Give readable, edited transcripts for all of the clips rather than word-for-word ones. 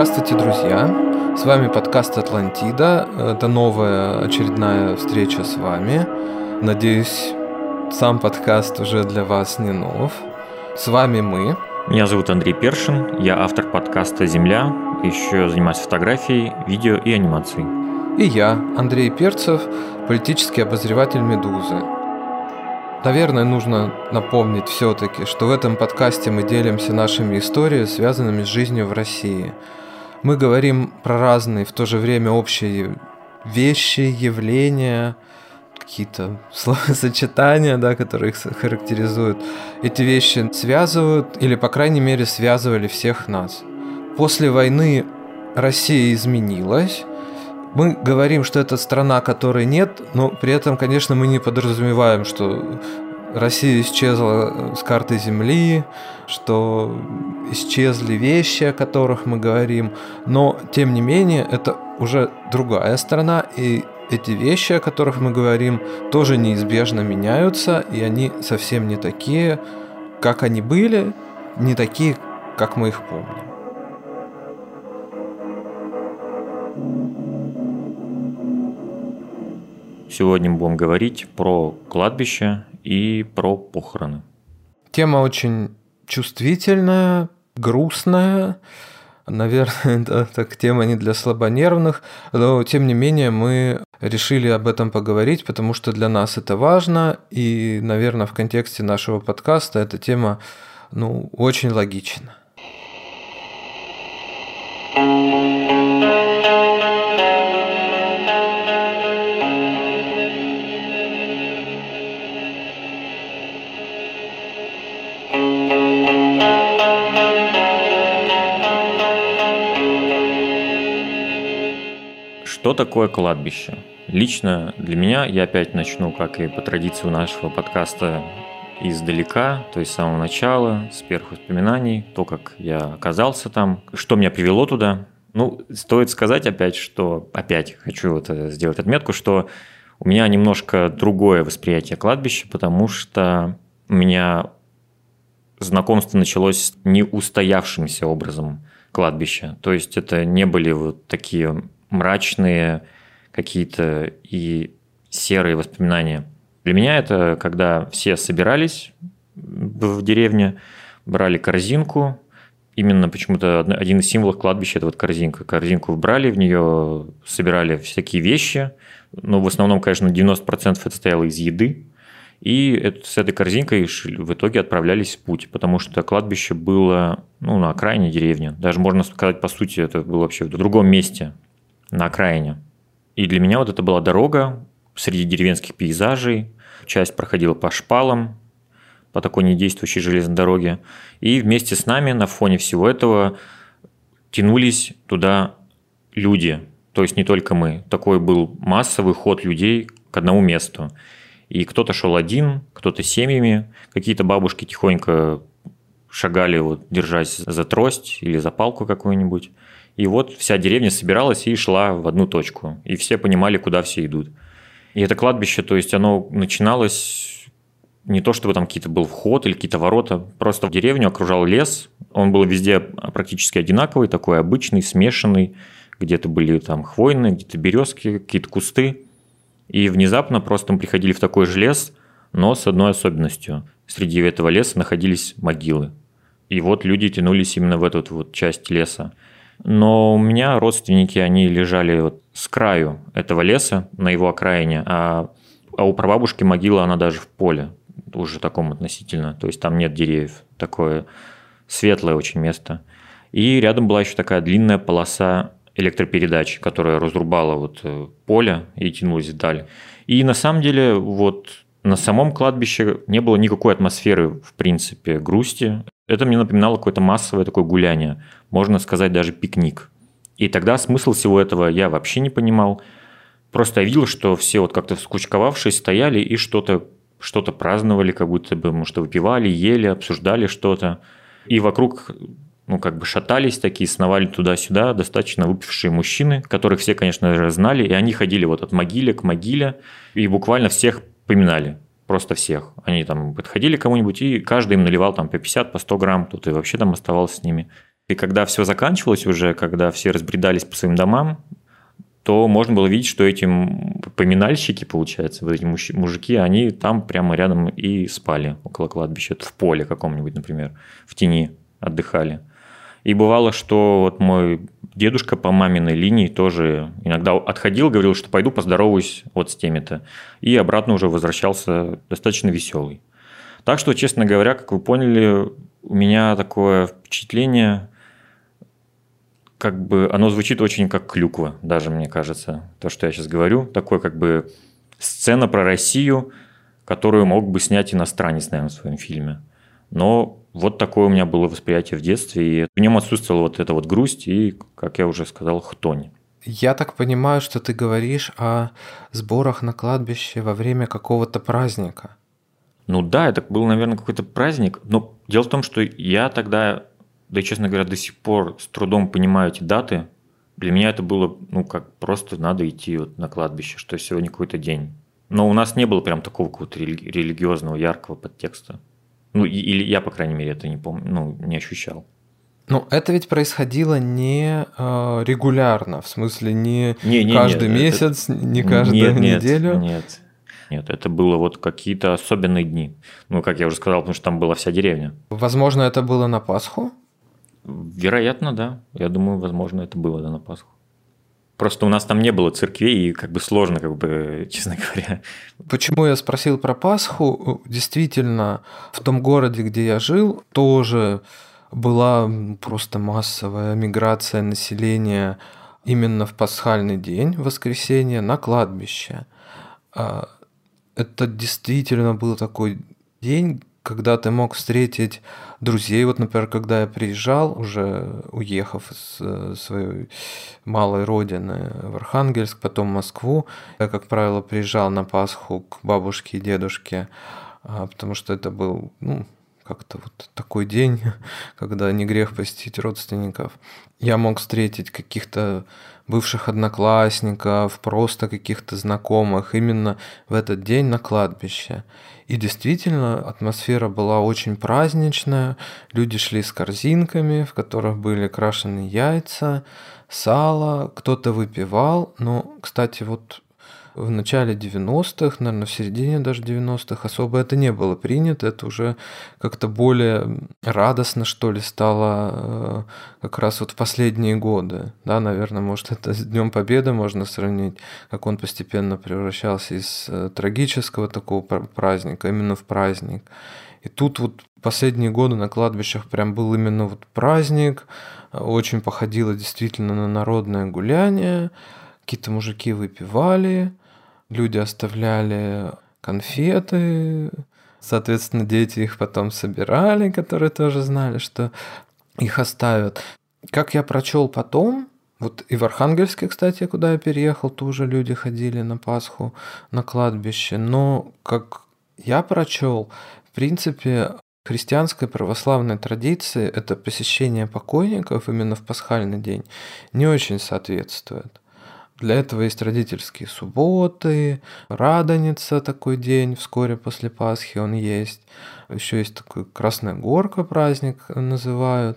Здравствуйте, друзья! С вами подкаст «Атлантида». Это новая очередная встреча с вами. Надеюсь, сам подкаст уже для вас не нов. С вами мы. Меня зовут Андрей Першин, я автор подкаста «Земля», еще занимаюсь фотографией, видео и анимацией. И я, Андрей Перцев, политический обозреватель «Медузы». Наверное, нужно напомнить все-таки, что в этом подкасте мы делимся нашими историями, связанными с жизнью в России. Мы говорим про разные, в то же время общие вещи, явления, какие-то словосочетания, которые их характеризуют. Эти вещи связывают, или, по крайней мере, связывали всех нас. После войны Россия изменилась. Мы говорим, что это страна, которой нет, но при этом, конечно, мы не подразумеваем, что Россия исчезла с карты Земли, что исчезли вещи, о которых мы говорим, но, тем не менее, это уже другая страна, и эти вещи, о которых мы говорим, тоже неизбежно меняются, и они совсем не такие, как они были, не такие, как мы их помним. Сегодня мы будем говорить про кладбище и про похороны. Тема очень чувствительная, грустная. Наверное, это тема не для слабонервных, но тем не менее мы решили об этом поговорить, потому что для нас это важно, и, наверное, в контексте нашего подкаста эта тема очень логична. Что такое кладбище? Лично для меня, я опять начну, как и по традиции нашего подкаста, издалека, то есть с самого начала, с первых воспоминаний, то, как я оказался там, что меня привело туда. Стоит сказать опять хочу сделать отметку, что у меня немножко другое восприятие кладбища, потому что у меня знакомство началось с неустоявшимся образом кладбища. То есть это не были вот такие мрачные какие-то и серые воспоминания. Для меня это когда все собирались в деревне, брали корзинку. Именно почему-то один из символов кладбища – это вот корзинка. Корзинку брали, в нее собирали всякие вещи. В основном, конечно, 90% это состояло из еды. И с этой корзинкой в итоге отправлялись в путь, потому что кладбище было на окраине деревни. Даже можно сказать, по сути, это было вообще в другом месте, на окраине. И для меня вот это была дорога среди деревенских пейзажей. Часть проходила по шпалам, по такой недействующей железной дороге. И вместе с нами на фоне всего этого тянулись туда люди. То есть не только мы. Такой был массовый ход людей к одному месту. И кто-то шел один, кто-то семьями. Какие-то бабушки тихонько шагали, держась за трость или за палку какую-нибудь. И вся деревня собиралась и шла в одну точку. И все понимали, куда все идут. И это кладбище, то есть оно начиналось не то, чтобы там какие-то был вход или какие-то ворота. Просто в деревню окружал лес. Он был везде практически одинаковый, такой обычный, смешанный. Где-то были там хвойные, где-то березки, какие-то кусты. И внезапно просто мы приходили в такой же лес, но с одной особенностью. Среди этого леса находились могилы. И люди тянулись именно в эту часть леса. Но у меня родственники, они лежали с краю этого леса, на его окраине, а у прабабушки могила, она даже в поле, уже таком относительно, то есть там нет деревьев, такое светлое очень место. И рядом была еще такая длинная полоса электропередач, которая разрубала поле и тянулась вдаль. И на самом деле на самом кладбище не было никакой атмосферы, в принципе, грусти. Это мне напоминало какое-то массовое такое гуляние, можно сказать, даже пикник. И тогда смысл всего этого я вообще не понимал. Просто я видел, что все как-то скучковавшись стояли и что-то праздновали, как будто бы, может, выпивали, ели, обсуждали что-то. И вокруг шатались такие, сновали туда-сюда достаточно выпившие мужчины, которых все, конечно же, знали, и они ходили от могилы к могиле и буквально всех поминали. Просто всех. Они там подходили к кому-нибудь, и каждый им наливал по 50, по 100 грамм, кто-то и вообще там оставался с ними. И когда все заканчивалось уже, когда все разбредались по своим домам, то можно было видеть, что эти поминальщики, получается, вот эти мужики, они там прямо рядом и спали около кладбища, в поле каком-нибудь, например, в тени отдыхали. И бывало, что вот мой дедушка по маминой линии тоже иногда отходил, говорил, что пойду поздороваюсь вот с теми-то, и обратно уже возвращался достаточно веселый. Так что, честно говоря, как вы поняли, у меня такое впечатление, как бы оно звучит очень как клюква, даже мне кажется, то, что я сейчас говорю. Такой как бы сцена про Россию, которую мог бы снять иностранец, наверное, в своем фильме. Но вот такое у меня было восприятие в детстве, и в нем отсутствовала вот эта вот грусть и, как я уже сказал, хтонь. Я так понимаю, что ты говоришь о сборах на кладбище во время какого-то праздника. Ну да, это был, наверное, какой-то праздник. Но дело в том, что я тогда, да и, честно говоря, до сих пор с трудом понимаю эти даты. Для меня это было, ну, как просто надо идти вот на кладбище, что сегодня какой-то день. Но у нас не было прям такого какого-то религиозного, яркого подтекста. Ну, или я, по крайней мере, это не помню, ну, не ощущал. Ну, это ведь происходило не регулярно, в смысле не Не, каждый месяц, не каждую неделю. Нет, это было вот какие-то особенные дни. Ну, как я уже сказал, потому что там была вся деревня. Возможно, это было на Пасху? Вероятно, да. Я думаю, возможно, это было, да, на Пасху. Просто у нас там не было церквей, и как бы сложно, как бы, честно говоря. Почему я спросил про Пасху? Действительно, в том городе, где я жил, тоже была просто массовая миграция населения именно в пасхальный день, в воскресенье, на кладбище. Это действительно был такой день, когда ты мог встретить друзей. Вот, например, когда я приезжал, уже уехав из своей малой родины в Архангельск, потом в Москву, я, как правило, приезжал на Пасху к бабушке и дедушке, потому что это был, ну, как-то вот такой день, когда не грех посетить родственников. Я мог встретить каких-то бывших одноклассников, просто каких-то знакомых именно в этот день на кладбище. И действительно, атмосфера была очень праздничная. Люди шли с корзинками, в которых были крашеные яйца, сало, кто-то выпивал. Но, кстати, вот в начале 90-х, наверное, в середине даже 90-х особо это не было принято, это уже как-то более радостно, что ли, стало как раз вот в последние годы. Да, наверное, может, это с Днем Победы можно сравнить, как он постепенно превращался из трагического такого праздника именно в праздник. И тут вот последние годы на кладбищах прям был именно вот праздник, очень походило действительно на народное гуляние, какие-то мужики выпивали, люди оставляли конфеты, соответственно, дети их потом собирали, которые тоже знали, что их оставят. Как я прочел потом, вот и в Архангельске, кстати, куда я переехал, тоже люди ходили на Пасху на кладбище, но как я прочел, в принципе, христианской православной традиции это посещение покойников именно в пасхальный день не очень соответствует. Для этого есть родительские субботы, Радоница такой день, вскоре после Пасхи он есть. Еще есть такой Красная Горка праздник называют.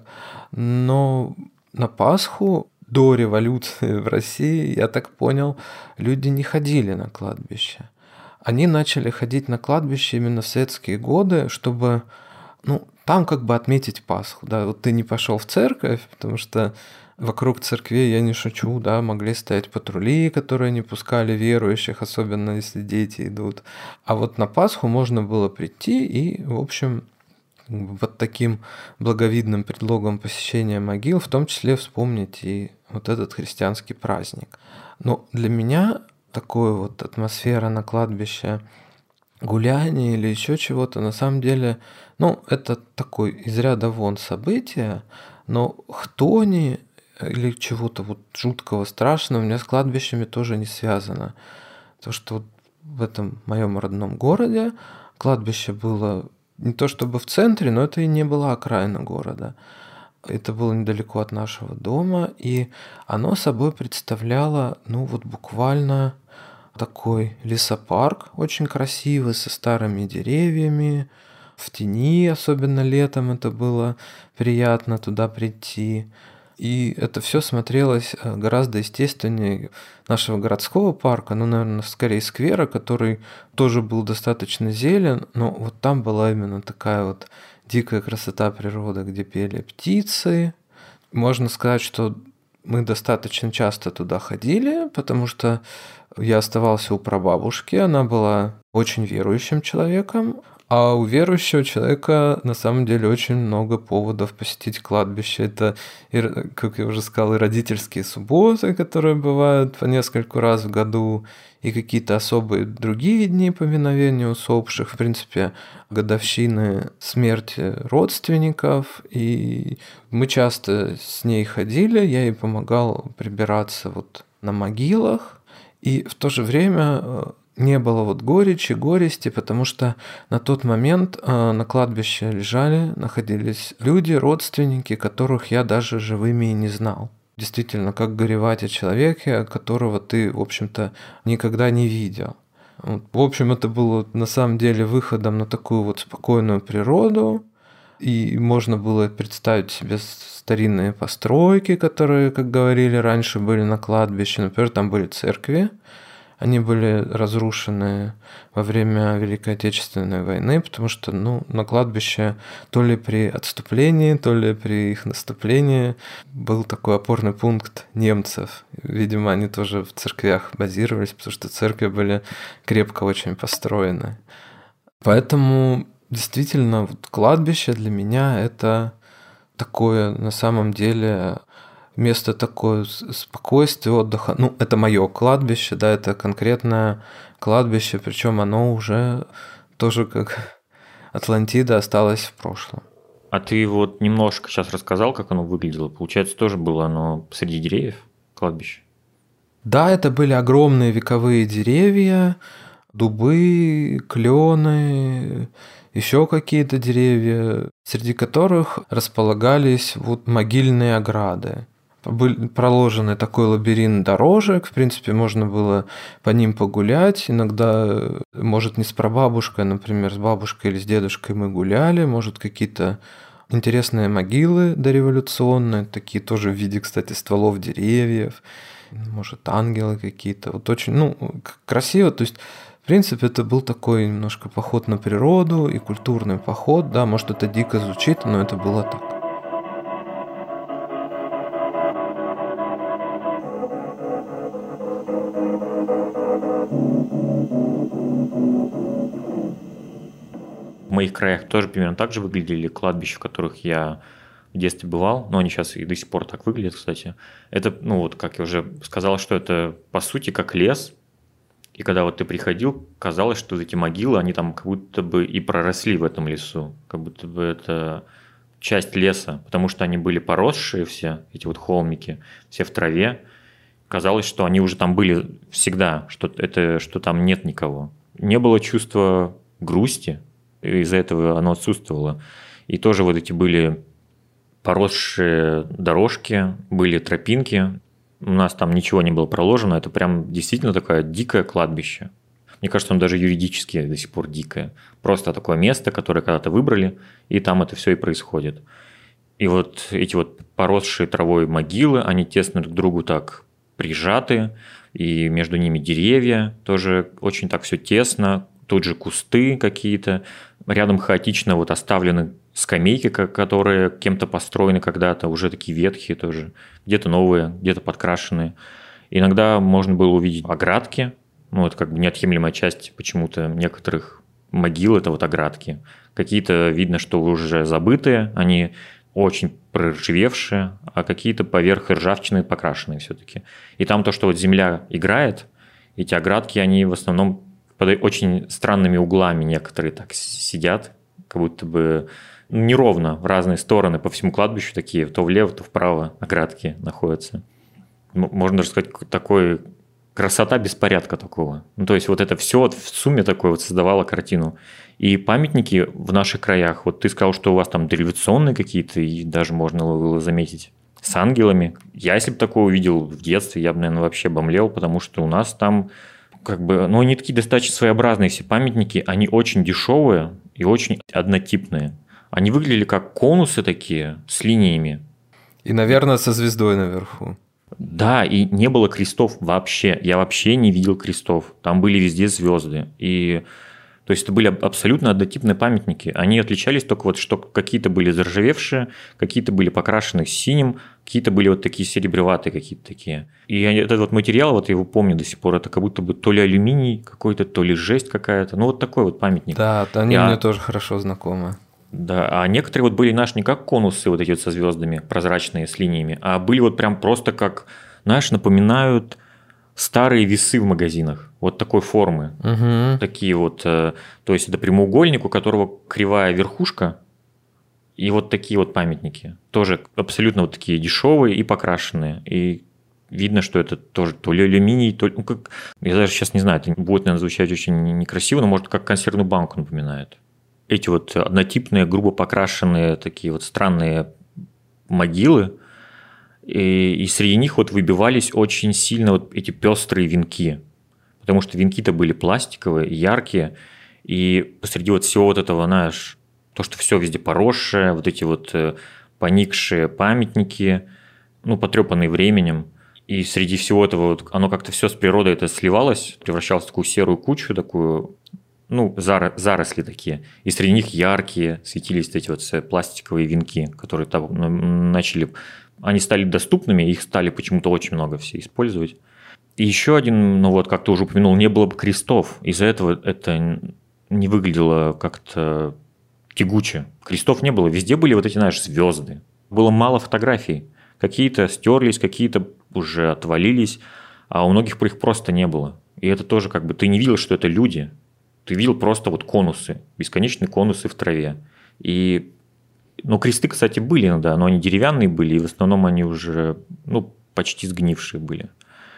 Но на Пасху до революции в России, я так понял, люди не ходили на кладбище. Они начали ходить на кладбище именно в советские годы, чтобы, ну, там как бы отметить Пасху. Да? Вот ты не пошел в церковь, потому что вокруг церквей, я не шучу, да, могли стоять патрули, которые не пускали верующих, особенно если дети идут. А вот на Пасху можно было прийти и, в общем, вот таким благовидным предлогом посещения могил, в том числе вспомнить и вот этот христианский праздник. Но для меня такая вот атмосфера на кладбище, гуляние или еще чего-то, на самом деле, ну, это такой из ряда вон событие, но хтони или чего-то вот жуткого, страшного у меня с кладбищами тоже не связано. То, что вот в этом моем родном городе кладбище было не то чтобы в центре, но это и не была окраина города. Это было недалеко от нашего дома, и оно собой представляло, ну вот буквально такой лесопарк, очень красивый, со старыми деревьями, в тени, особенно летом это было приятно туда прийти. И это все смотрелось гораздо естественнее нашего городского парка, ну, наверное, скорее сквера, который тоже был достаточно зелен, но вот там была именно такая вот дикая красота природы, где пели птицы. Можно сказать, что мы достаточно часто туда ходили, потому что я оставался у прабабушки, она была очень верующим человеком, а у верующего человека на самом деле очень много поводов посетить кладбище. Это, как я уже сказал, и родительские субботы, которые бывают по нескольку раз в году, и какие-то особые другие дни поминовения усопших, в принципе, годовщины смерти родственников. И мы часто с ней ходили, я ей помогал прибираться вот на могилах, и в то же время не было вот горечи, горести, потому что на тот момент на кладбище находились люди, родственники, которых я даже живыми и не знал. Действительно, как горевать о человеке, которого ты, в общем-то, никогда не видел. Вот. В общем, это было на самом деле выходом на такую вот спокойную природу, и можно было представить себе старинные постройки, которые, как говорили раньше, были на кладбище. Например, там были церкви. Они были разрушены во время Великой Отечественной войны, потому что на кладбище то ли при отступлении, то ли при их наступлении был такой опорный пункт немцев. Видимо, они тоже в церквях базировались, потому что церкви были крепко очень построены. Поэтому действительно вот кладбище для меня это такое на самом деле место такое спокойствия, отдыха. Ну, это мое кладбище, да, это конкретное кладбище, причем оно уже тоже как Атлантида осталось в прошлом. А ты вот немножко сейчас рассказал, как оно выглядело. Получается, тоже было оно среди деревьев, кладбище? Да, это были огромные вековые деревья, дубы, клены, еще какие-то деревья, среди которых располагались вот могильные ограды. Был проложен такой лабиринт дорожек, в принципе, можно было по ним погулять. Иногда, может, не с прабабушкой, например, с бабушкой или с дедушкой мы гуляли, может, какие-то интересные могилы дореволюционные, такие тоже в виде, кстати, стволов деревьев, может, ангелы какие-то. Вот очень, красиво, то есть в принципе, это был такой немножко поход на природу и культурный поход, да, может, это дико звучит, но это было так. В моих краях тоже примерно так же выглядели кладбища, в которых я в детстве бывал, но они сейчас и до сих пор так выглядят, кстати. Это, вот как я уже сказал, что это по сути как лес, и когда вот ты приходил, казалось, что эти могилы, они там как будто бы и проросли в этом лесу, как будто бы это часть леса, потому что они были поросшие все, эти вот холмики, все в траве. Казалось, что они уже там были всегда, что там нет никого. Не было чувства грусти, из-за этого оно отсутствовало. И тоже вот эти были поросшие дорожки, были тропинки. У нас там ничего не было проложено. Это прям действительно такое дикое кладбище. Мне кажется, оно даже юридически до сих пор дикое. Просто такое место, которое когда-то выбрали, и там это все и происходит. И вот эти вот поросшие травой могилы, они тесно друг к другу так прижаты, и между ними деревья тоже очень так все тесно. Тут же кусты какие-то. Рядом хаотично вот оставлены скамейки, которые кем-то построены когда-то, уже такие ветхие тоже. Где-то новые, где-то подкрашенные. Иногда можно было увидеть оградки. Это как бы неотъемлемая часть почему-то некоторых могил – это вот оградки. Какие-то видно, что уже забытые, они очень проржавевшие, а какие-то поверх ржавчины покрашенные все-таки. И там то, что вот земля играет, эти оградки, они в основном под очень странными углами некоторые так сидят, как будто бы неровно в разные стороны по всему кладбищу такие, то влево, то вправо оградки находятся. Можно даже сказать, такой красота беспорядка такого. То есть вот это все вот в сумме такое вот создавало картину. И памятники в наших краях, вот ты сказал, что у вас там дореволюционные какие-то, и даже можно было заметить с ангелами. Я, если бы такое увидел в детстве, я бы, наверное, вообще бомлел, потому что у нас там как бы, они такие достаточно своеобразные все памятники, они очень дешевые, и очень однотипные. Они выглядели как конусы такие с линиями. И, наверное, со звездой наверху. Да, и не было крестов вообще. Я вообще не видел крестов. Там были везде звезды. И то есть это были абсолютно однотипные памятники. Они отличались только вот, что какие-то были заржавевшие, какие-то были покрашены синим, какие-то были вот такие серебреватые какие-то такие. И этот вот материал, вот я его помню до сих пор, это как будто бы то ли алюминий какой-то, то ли жесть какая-то. Ну вот такой вот памятник. Да, они мне тоже хорошо знакомы. Да, а некоторые вот были, знаешь, не как конусы вот эти вот со звездами, прозрачные, с линиями, а были вот прям просто как, знаешь, напоминают старые весы в магазинах. Вот такой формы. Угу. Такие вот, то есть это прямоугольник, у которого кривая верхушка, и вот такие вот памятники. Тоже абсолютно вот такие дешевые и покрашенные. И видно, что это тоже то ли алюминий, то ли... Ну, как... Я даже сейчас не знаю, это будет, наверное, звучать очень некрасиво, но может как консервную банку напоминает. Эти вот однотипные, грубо покрашенные, такие вот странные могилы, и среди них вот выбивались очень сильно вот эти пестрые венки, потому что венки-то были пластиковые, яркие, и посреди вот всего вот этого, знаешь, то, что все везде поросшее, вот эти вот поникшие памятники, ну, потрепанные временем, и среди всего этого вот оно как-то все с природой это сливалось, превращалось в такую серую кучу, такую... Ну, заросли такие. И среди них яркие светились эти вот пластиковые венки, которые там начали... Они стали доступными, их стали почему-то очень много все использовать. И еще один, ну вот, как ты уже упомянул, не было бы крестов. Из-за этого это не выглядело как-то тягуче. Крестов не было. Везде были вот эти, знаешь, звезды. Было мало фотографий. Какие-то стерлись, какие-то уже отвалились, а у многих их просто не было. И это тоже как бы... Ты не видел, что это люди. Ты видел просто вот конусы, бесконечные конусы в траве. И, ну, кресты, кстати, были иногда, но они деревянные были, и в основном они уже, ну, почти сгнившие были.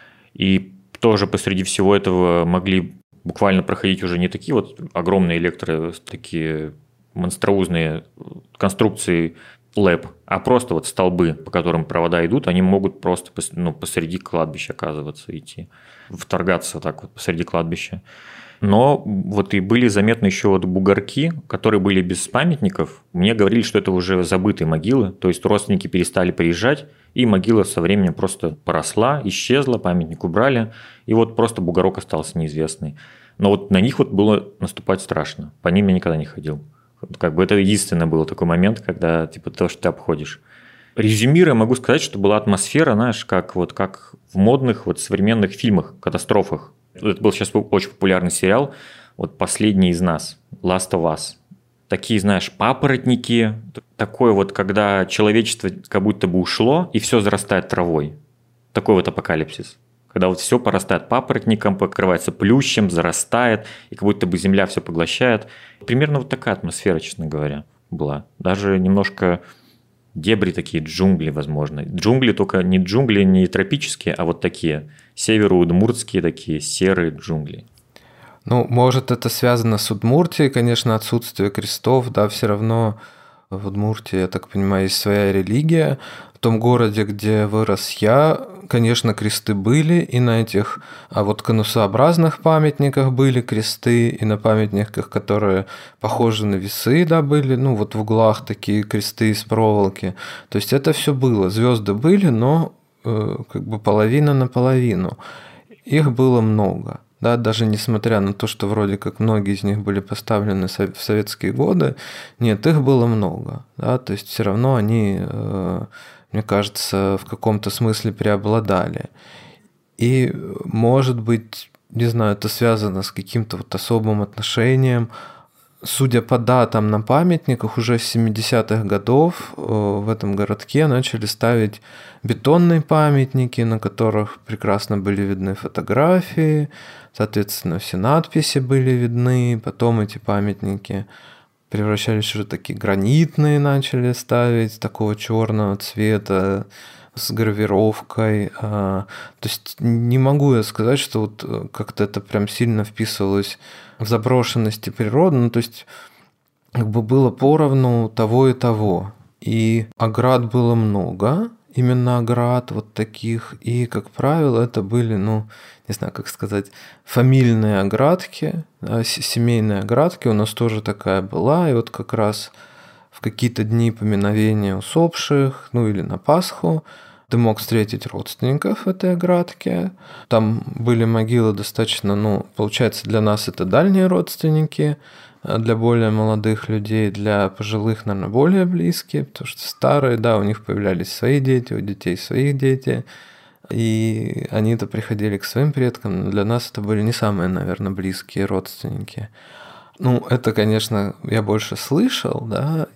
И тоже посреди всего этого могли буквально проходить уже не такие вот огромные такие монструозные конструкции ЛЭП, а просто вот столбы, по которым провода идут, они могут просто посреди кладбища, оказываться, идти, вторгаться так вот посреди кладбища. Но вот и были заметны еще вот бугорки, которые были без памятников. Мне говорили, что это уже забытые могилы, то есть родственники перестали приезжать, и могила со временем просто поросла, исчезла, памятник убрали, и вот просто бугорок остался неизвестный. Но вот на них вот было наступать страшно, по ним я никогда не ходил. Как бы это единственный был такой момент, когда типа то, что ты обходишь. Резюмируя, могу сказать, что была атмосфера, знаешь, как в модных вот современных фильмах, катастрофах. Это был сейчас очень популярный сериал, вот «Последний из нас», «Last of Us». Такие, знаешь, папоротники, такое вот, когда человечество как будто бы ушло, и все зарастает травой. Такой вот апокалипсис. Когда вот все порастает папоротником, покрывается плющем, зарастает, и как будто бы земля все поглощает. Примерно вот такая атмосфера, честно говоря, была. Даже немножко... Дебри такие, джунгли, возможно. Джунгли только не джунгли, не тропические, а вот такие северо-удмуртские такие серые джунгли. Ну, может, это связано с Удмуртией, конечно, отсутствие крестов, да, все равно в Удмуртии, я так понимаю, есть своя религия. В том городе, где вырос я, конечно, кресты были, и на этих вот конусообразных памятниках были кресты, и на памятниках, которые похожи на весы, да, были, ну, вот в углах такие кресты из проволоки. То есть это все было. Звезды были, но как бы половина на половину. Их было много. Да, даже несмотря на то, что вроде как многие из них были поставлены в советские годы, нет, их было много. Да, то есть все равно они, мне кажется, в каком-то смысле преобладали. И, может быть, не знаю, это связано с каким-то вот особым отношением. Судя по датам на памятниках, уже с 70-х годов в этом городке начали ставить бетонные памятники, на которых прекрасно были видны фотографии, соответственно, все надписи были видны. Потом эти памятники превращались уже такие гранитные, начали ставить, такого черного цвета, с гравировкой. То есть не могу я сказать, что вот как-то это прям сильно вписывалось в заброшенности природы. Ну, то есть как бы было поровну того и того. И оград было много, именно оград вот таких. И, как правило, это были, не знаю, как сказать, фамильные оградки, да, семейные оградки. У нас тоже такая была. И вот как раз в какие-то дни поминовения усопших, или на Пасху, ты мог встретить родственников в этой оградке. Там были могилы достаточно, получается, для нас это дальние родственники, для более молодых людей, для пожилых, наверное, более близкие, потому что старые, да, у них появлялись свои дети, у детей своих дети, и они-то приходили к своим предкам, но для нас это были не самые, наверное, близкие родственники. Это, конечно, я больше слышал, да,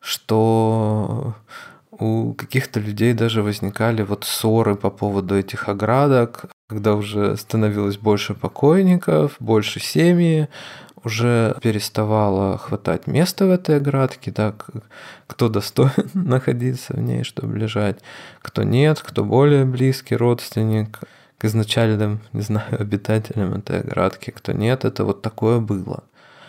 что у каких-то людей даже возникали вот ссоры по поводу этих оградок, когда уже становилось больше покойников, больше семьи, уже переставало хватать места в этой оградке, да, кто достоин находиться в ней, чтобы лежать, кто нет, кто более близкий родственник к изначальным, не знаю, обитателям этой оградки, кто нет, это вот такое было.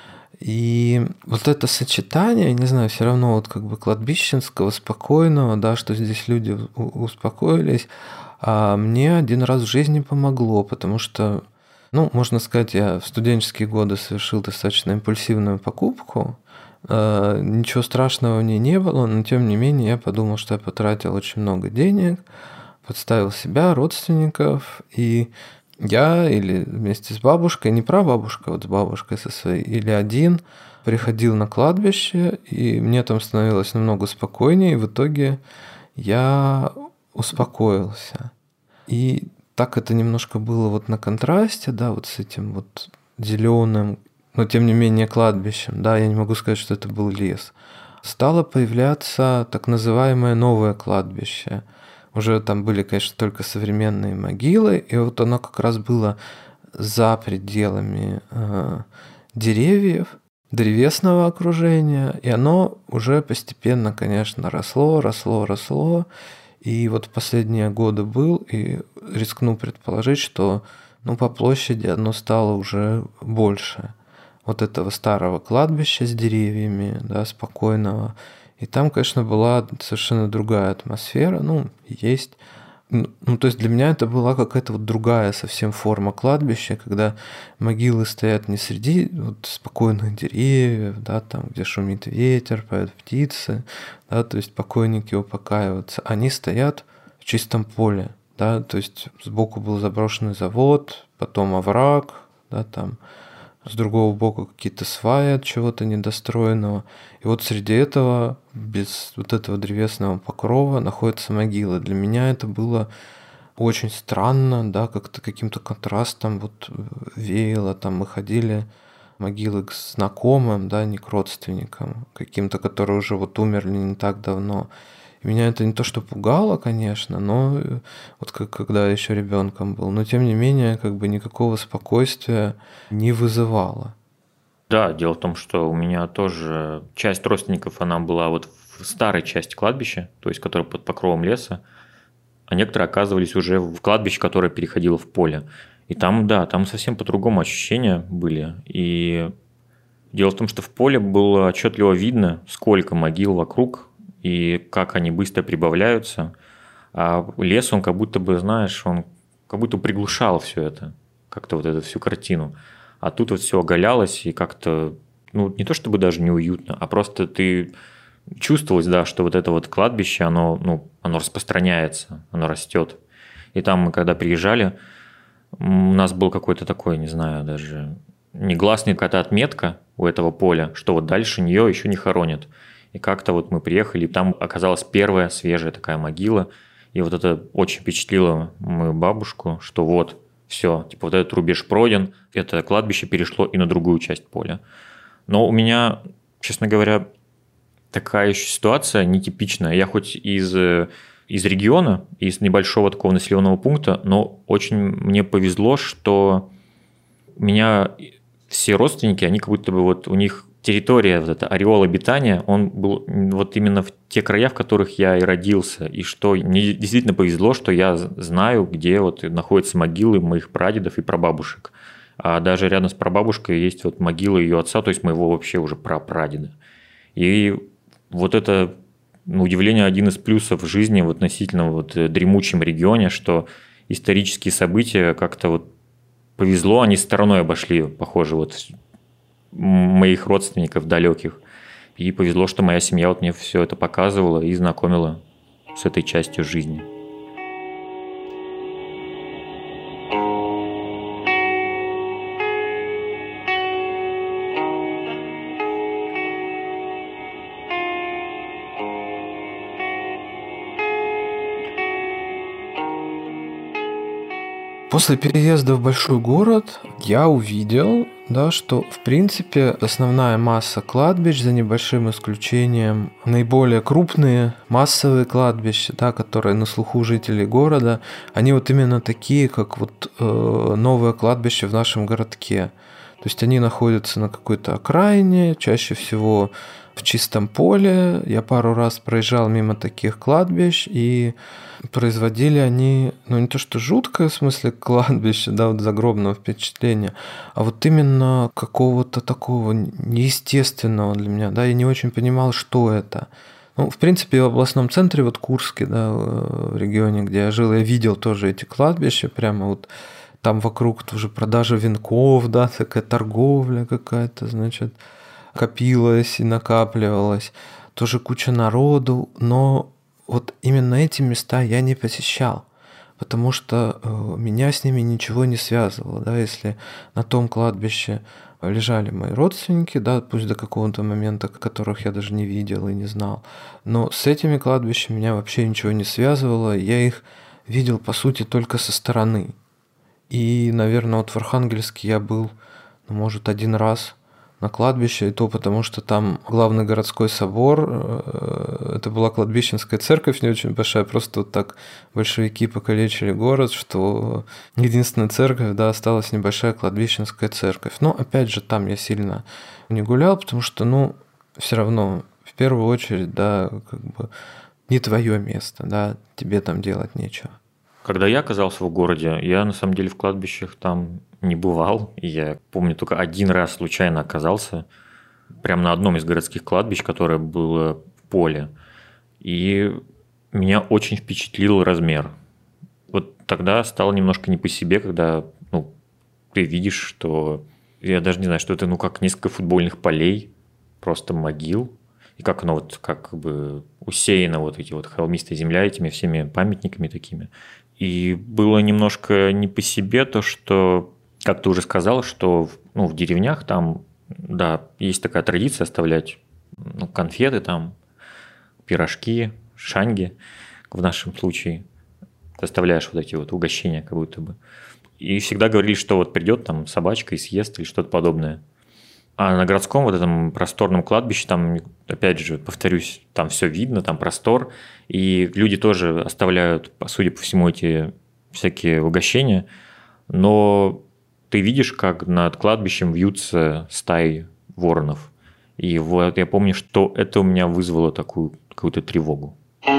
И вот это сочетание, не знаю, все равно вот как бы кладбищенского, спокойного, да, что здесь люди успокоились, а мне один раз в жизни помогло, потому что, можно сказать, я в студенческие годы совершил достаточно импульсивную покупку, ничего страшного в ней не было, но тем не менее я подумал, что я потратил очень много денег, подставил себя, родственников, и я или вместе с бабушкой, не прабабушка, вот с бабушкой со своей, или один, приходил на кладбище, и мне там становилось намного спокойнее, и в итоге я успокоился. И так это немножко было вот на контрасте, да, вот с этим вот зеленым, но тем не менее кладбищем, да, я не могу сказать, что это был лес. Стало появляться так называемое новое кладбище. Уже там были, конечно, только современные могилы, и вот оно как раз было за пределами деревьев, древесного окружения, и оно уже постепенно, конечно, росло, и вот в последние годы был, и рискну предположить, что по площади оно стало уже больше вот этого старого кладбища с деревьями, да, спокойного. И там, конечно, была совершенно другая атмосфера, есть. То есть для меня это была какая-то вот другая совсем форма кладбища, когда могилы стоят не среди вот спокойных деревьев, да, там, где шумит ветер, поют птицы, да, то есть покойники упокаиваются, они стоят в чистом поле, да, то есть сбоку был заброшенный завод, потом овраг, да, там, с другого бока какие-то сваи от чего-то недостроенного. И вот среди этого, без вот этого древесного покрова, находятся могилы. Для меня это было очень странно, да, как-то каким-то контрастом вот веяло. Там мы ходили могилы к знакомым, да, не к родственникам, каким-то, которые уже вот умерли не так давно. И меня это не то что пугало, конечно, но вот когда я еще ребенком был, но тем не менее как бы никакого спокойствия не вызывало. Да, дело в том, что у меня тоже часть родственников, она была вот в старой части кладбища, то есть которая под покровом леса, а некоторые оказывались уже в кладбище, которое переходило в поле. И там, да, там совсем по-другому ощущения были. И дело в том, что в поле было отчетливо видно, сколько могил вокруг, и как они быстро прибавляются. А лес, он как будто бы, знаешь, он как будто приглушал все это, как-то вот эту всю картину. А тут вот все оголялось, и как-то, не то чтобы даже неуютно, а просто ты чувствовалось, да, что вот это вот кладбище, оно распространяется, оно растет. И там мы когда приезжали, у нас был какой-то такой, не знаю, даже негласный какая-то отметка у этого поля, что вот дальше нее еще не хоронят. И как-то вот мы приехали, и там оказалась первая свежая такая могила. И вот это очень впечатлило мою бабушку, что вот, все, типа вот этот рубеж пройден, это кладбище перешло и на другую часть поля. Но у меня, честно говоря, такая еще ситуация нетипичная. Я хоть из региона, из небольшого такого населенного пункта, но очень мне повезло, что у меня все родственники, они как будто бы вот у них территория, вот эта ореол обитания, он был вот именно в те края, в которых я и родился, и что мне действительно повезло, что я знаю, где вот находятся могилы моих прадедов и прабабушек. А даже рядом с прабабушкой есть вот могила ее отца, то есть моего вообще уже прапрадеда. И вот это на удивление, один из плюсов жизни в относительно вот дремучем регионе, что исторические события как-то вот повезло, они стороной обошли, похоже, вот моих родственников далеких. И повезло, что моя семья вот мне все это показывала и знакомила с этой частью жизни. После переезда в большой город я увидел, да, что в принципе основная масса кладбищ, за небольшим исключением, наиболее крупные массовые кладбища, да, которые на слуху жителей города, они вот именно такие, как вот новое кладбище в нашем городке. То есть они находятся на какой-то окраине, чаще всего в чистом поле. Я пару раз проезжал мимо таких кладбищ, и производили они, ну не то что жуткое в смысле кладбища, да, вот загробного впечатления, а вот именно какого-то такого неестественного для меня, да, я не очень понимал, что это. Ну, в принципе, в областном центре, вот Курске, да, в регионе, где я жил, я видел тоже эти кладбища, прямо вот там вокруг тоже продажа венков, да, такая торговля какая-то, значит, копилась и накапливалась, тоже куча народу, но вот именно эти места я не посещал, потому что меня с ними ничего не связывало. Да? Если на том кладбище лежали мои родственники, да, пусть до какого-то момента, которых я даже не видел и не знал, но с этими кладбищами меня вообще ничего не связывало, я их видел, по сути, только со стороны. И, наверное, вот в Архангельске я был, ну, может, один раз на кладбище, и то потому, что там главный городской собор, это была кладбищенская церковь не очень большая, просто вот так большевики покалечили город, что единственная церковь, да, осталась небольшая кладбищенская церковь. Но, опять же, там я сильно не гулял, потому что, ну, все равно, в первую очередь, да, как бы не твое место, да, тебе там делать нечего. Когда я оказался в городе, я на самом деле в кладбищах там не бывал. Я помню, только один раз случайно оказался прямо на одном из городских кладбищ, которое было в поле. И меня очень впечатлил размер. Вот тогда стало немножко не по себе, когда ты видишь, что... Я даже не знаю, что это, как несколько футбольных полей, просто могил. И как оно вот как бы усеяно вот эти вот холмистая земля этими всеми памятниками такими. И было немножко не по себе то, что, как ты уже сказал, что в деревнях там, да, есть такая традиция оставлять конфеты там, пирожки, шанги в нашем случае. Ты оставляешь вот эти вот угощения как будто бы. И всегда говорили, что вот придет там собачка и съест или что-то подобное. А на городском вот этом просторном кладбище, там, опять же, повторюсь, там все видно, там простор, и люди тоже оставляют, судя по всему, эти всякие угощения, но ты видишь, как над кладбищем вьются стаи воронов. И вот я помню, что это у меня вызвало такую какую-то тревогу.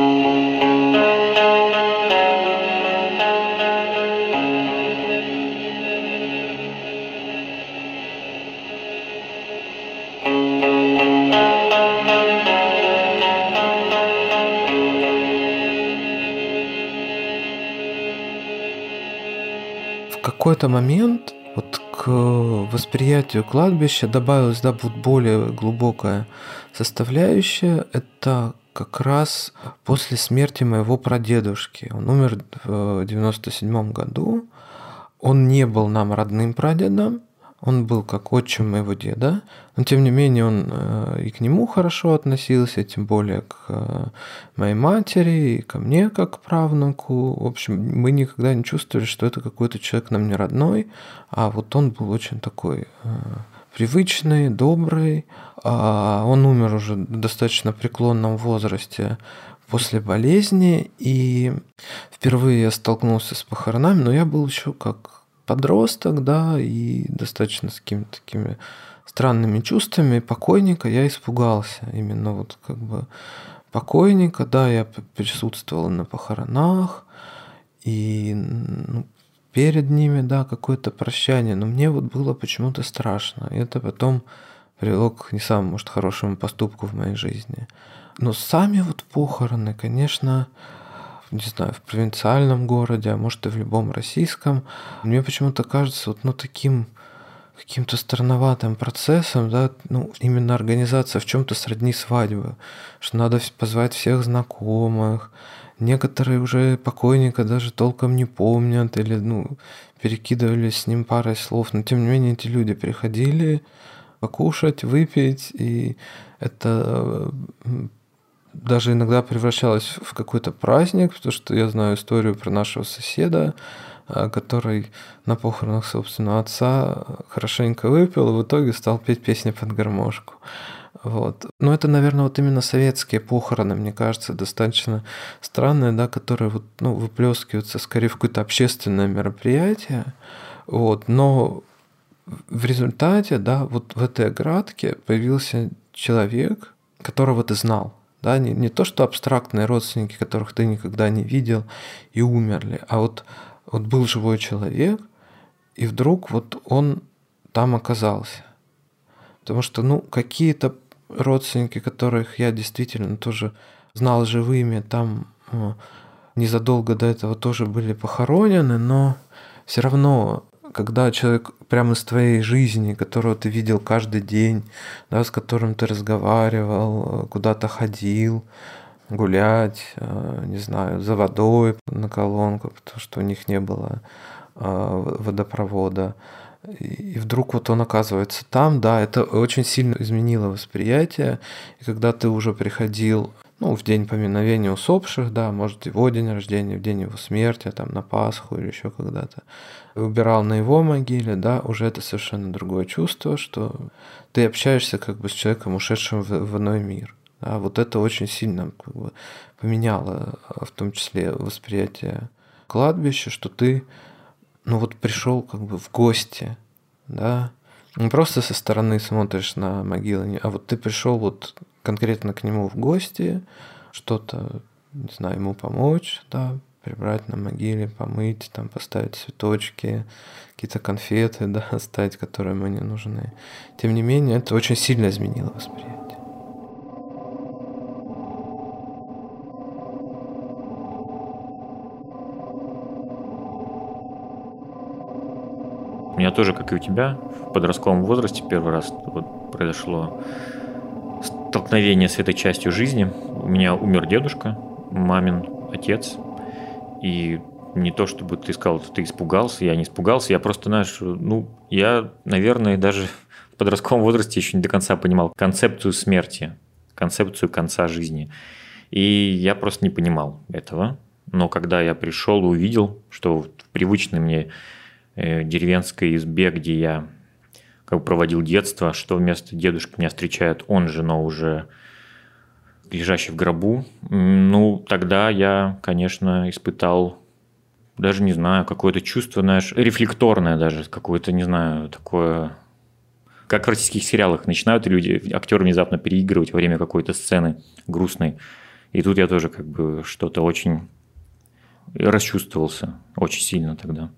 В какой-то момент вот к восприятию кладбища добавилась, да, вот более глубокая составляющая. Это как раз после смерти моего прадедушки. Он умер в 97 году. Он не был нам родным прадедом. Он был как отчим моего деда, но тем не менее он и к нему хорошо относился, тем более к моей матери и ко мне как к правнуку. В общем, мы никогда не чувствовали, что это какой-то человек нам не родной, а вот он был очень такой привычный, добрый. Он умер уже в достаточно преклонном возрасте после болезни, и впервые я столкнулся с похоронами, но я был еще как подросток, да, и достаточно с какими-то такими странными чувствами. Покойника я испугался. Именно вот как бы покойника, да, я присутствовал на похоронах, и перед ними, да, какое-то прощание, но мне вот было почему-то страшно. И это потом привело к не самому, может, хорошему поступку в моей жизни. Но сами вот похороны, конечно, не знаю, в провинциальном городе, а может и в любом российском, мне почему-то кажется вот, таким каким-то странноватым процессом, да, именно организация в чем-то сродни свадьбы, что надо позвать всех знакомых, некоторые уже покойника даже толком не помнят или, перекидывались с ним парой слов, но тем не менее эти люди приходили покушать, выпить, и это даже иногда превращалось в какой-то праздник, потому что я знаю историю про нашего соседа, который на похоронах собственного отца хорошенько выпил и в итоге стал петь песни под гармошку. Вот. Но это, наверное, вот именно советские похороны, мне кажется, достаточно странные, да, которые вот, выплескиваются скорее в какое-то общественное мероприятие. Вот. Но в результате, да, вот в этой оградке появился человек, которого ты знал. Да, не то, что абстрактные родственники, которых ты никогда не видел и умерли, а вот был живой человек, и вдруг вот он там оказался. Потому что, какие-то родственники, которых я действительно тоже знал живыми, там незадолго до этого тоже были похоронены, но все равно, когда человек прямо из твоей жизни, которого ты видел каждый день, да, с которым ты разговаривал, куда-то ходил, гулять, не знаю, за водой на колонку, потому что у них не было водопровода. И вдруг вот он оказывается там, да, это очень сильно изменило восприятие. И когда ты уже приходил, в день поминовения усопших, да, может, его день рождения, в день его смерти, там, на Пасху или еще когда-то, убирал на его могиле, да, уже это совершенно другое чувство, что ты общаешься как бы с человеком, ушедшим в иной мир. Да, вот это очень сильно как бы поменяло, в том числе, восприятие кладбища, что ты, пришел как бы в гости, да, не просто со стороны смотришь на могилы, а вот ты пришел вот конкретно к нему в гости, что-то, не знаю, ему помочь, да, прибрать на могиле, помыть, там, поставить цветочки, какие-то конфеты, да, оставить, которые ему не нужны. Тем не менее, это очень сильно изменило восприятие. У меня тоже, как и у тебя, в подростковом возрасте первый раз вот произошло столкновение с этой частью жизни. У меня умер дедушка, мамин отец. И не то, чтобы ты сказал, что ты испугался, я не испугался. Я просто, знаешь, я, наверное, даже в подростковом возрасте еще не до конца понимал концепцию смерти, концепцию конца жизни. И я просто не понимал этого. Но когда я пришел и увидел, что в привычной мне деревенской избе, где я как бы проводил детство, что вместо дедушки меня встречает он же, но уже лежащий в гробу, тогда я, конечно, испытал, даже не знаю, какое-то чувство, знаешь, рефлекторное даже, какое-то, не знаю, такое, как в российских сериалах начинают люди, актеры внезапно переигрывать во время какой-то сцены грустной. И тут я тоже как бы что-то очень расчувствовался, очень сильно тогда.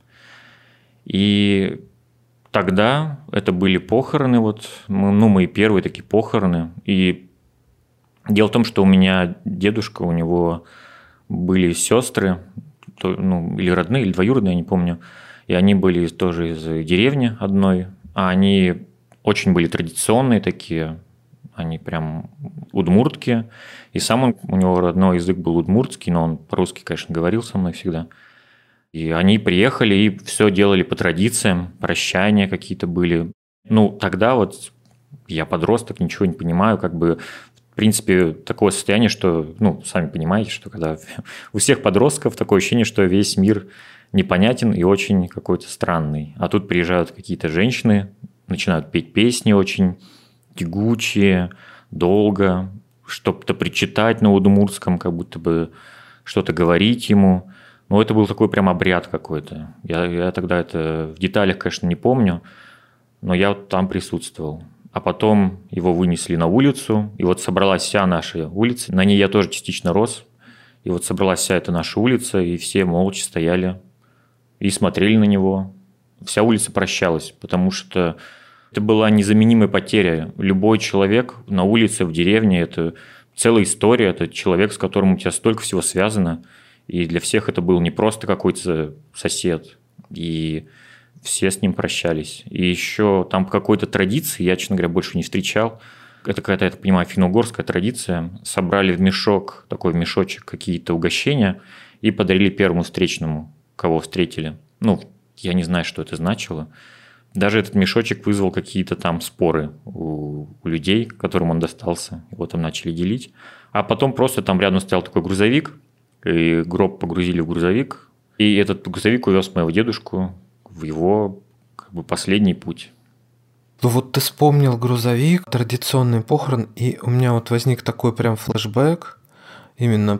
И тогда это были похороны, мои первые такие похороны. И дело в том, что у меня дедушка, у него были сестры, или родные, или двоюродные, я не помню. И они были тоже из деревни одной. А они очень были традиционные такие, они прям удмуртки. И сам у него родной язык был удмуртский, но он по-русски, конечно, говорил со мной всегда. И они приехали и все делали по традициям, прощания какие-то были. Тогда я подросток, ничего не понимаю, как бы, в принципе, такое состояние, что, сами понимаете, что когда у всех подростков такое ощущение, что весь мир непонятен и очень какой-то странный. А тут приезжают какие-то женщины, начинают петь песни очень тягучие, долго, что-то причитать на удмуртском, как будто бы что-то говорить ему. Это был такой прям обряд какой-то. Я тогда это в деталях, конечно, не помню, но я там присутствовал. А потом его вынесли на улицу, и собралась вся наша улица. На ней я тоже частично рос. И собралась вся эта наша улица, и все молча стояли и смотрели на него. Вся улица прощалась, потому что это была незаменимая потеря. Любой человек на улице, в деревне – это целая история, это человек, с которым у тебя столько всего связано, и для всех это был не просто какой-то сосед, и все с ним прощались. И еще там по какой-то традиции, я, честно говоря, больше не встречал, это какая-то, я так понимаю, финно-угорская традиция, собрали в мешок, такой мешочек, какие-то угощения и подарили первому встречному, кого встретили. Ну, я не знаю, что это значило. Даже этот мешочек вызвал какие-то там споры у людей, которым он достался. Его там начали делить. А потом просто там рядом стоял такой грузовик, и гроб погрузили в грузовик. И этот грузовик увез моего дедушку в его как бы последний путь. Ну вот ты вспомнил грузовик, традиционный похорон, и у меня вот возник такой прям флешбэк именно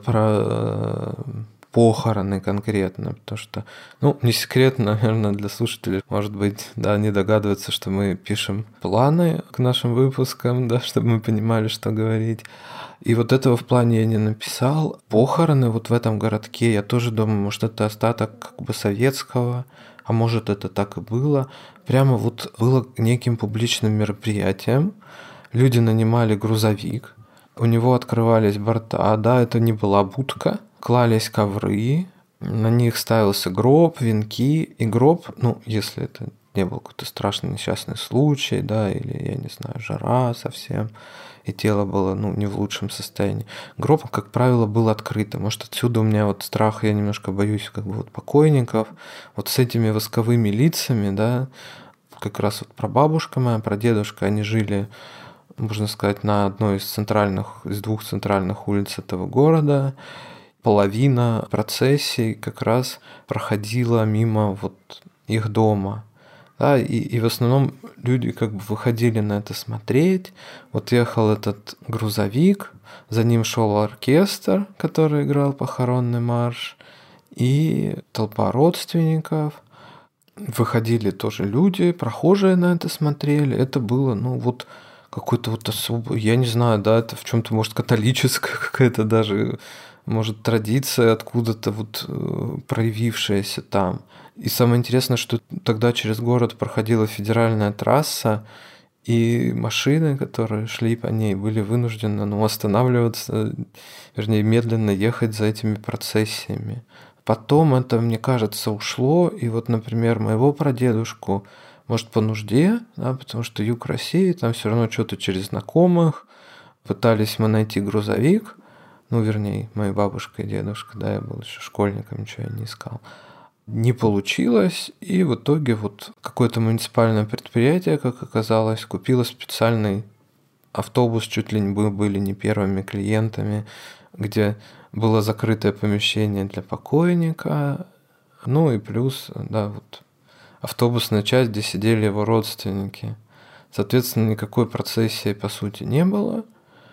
про похороны конкретно, потому что, ну, не секрет, наверное, для слушателей, может быть, да, они догадываются, что мы пишем планы к нашим выпускам, да, чтобы мы понимали, что говорить. И вот этого в плане я не написал. Похороны вот в этом городке, я тоже думаю, может, это остаток как бы советского, а может, это так и было. Прямо вот было неким публичным мероприятием. Люди нанимали грузовик, у него открывались борта, да, это не была будка, клались ковры, на них ставился гроб, венки, и гроб, ну, если это не был какой-то страшный несчастный случай, да, или, я не знаю, жара совсем, и тело было, ну, не в лучшем состоянии. Гроб, как правило, был открытым. Может, отсюда у меня вот страх, я немножко боюсь как бы вот покойников, вот с этими восковыми лицами, да, как раз вот прабабушка моя, прадедушка, они жили, можно сказать, на одной из двух центральных улиц этого города. Половина процессий как раз проходила мимо вот их дома. Да, и в основном люди как бы выходили на это смотреть. Вот ехал этот грузовик, за ним шел оркестр, который играл похоронный марш, и толпа родственников. Выходили тоже люди, прохожие на это смотрели. Это было, ну вот, какой-то вот особый, я не знаю, да, это в чем-то, может, католическая какая-то даже, может, традиция откуда-то вот проявившаяся там. И самое интересное, что тогда через город проходила федеральная трасса, и машины, которые шли по ней, были вынуждены, ну, останавливаться, вернее, медленно ехать за этими процессиями. Потом это, мне кажется, ушло, и вот, например, моего прадедушку, может, по нужде, да, потому что юг России, там все равно что-то через знакомых, пытались мы найти грузовик, ну, вернее, моя бабушка и дедушка, да, я был еще школьником, ничего я не искал. Не получилось, и в итоге вот какое-то муниципальное предприятие, как оказалось, купило специальный автобус, чуть ли мы были не первыми клиентами, где было закрытое помещение для покойника, ну и плюс, да, вот автобусная часть, где сидели его родственники. Соответственно, никакой процессии, по сути, не было,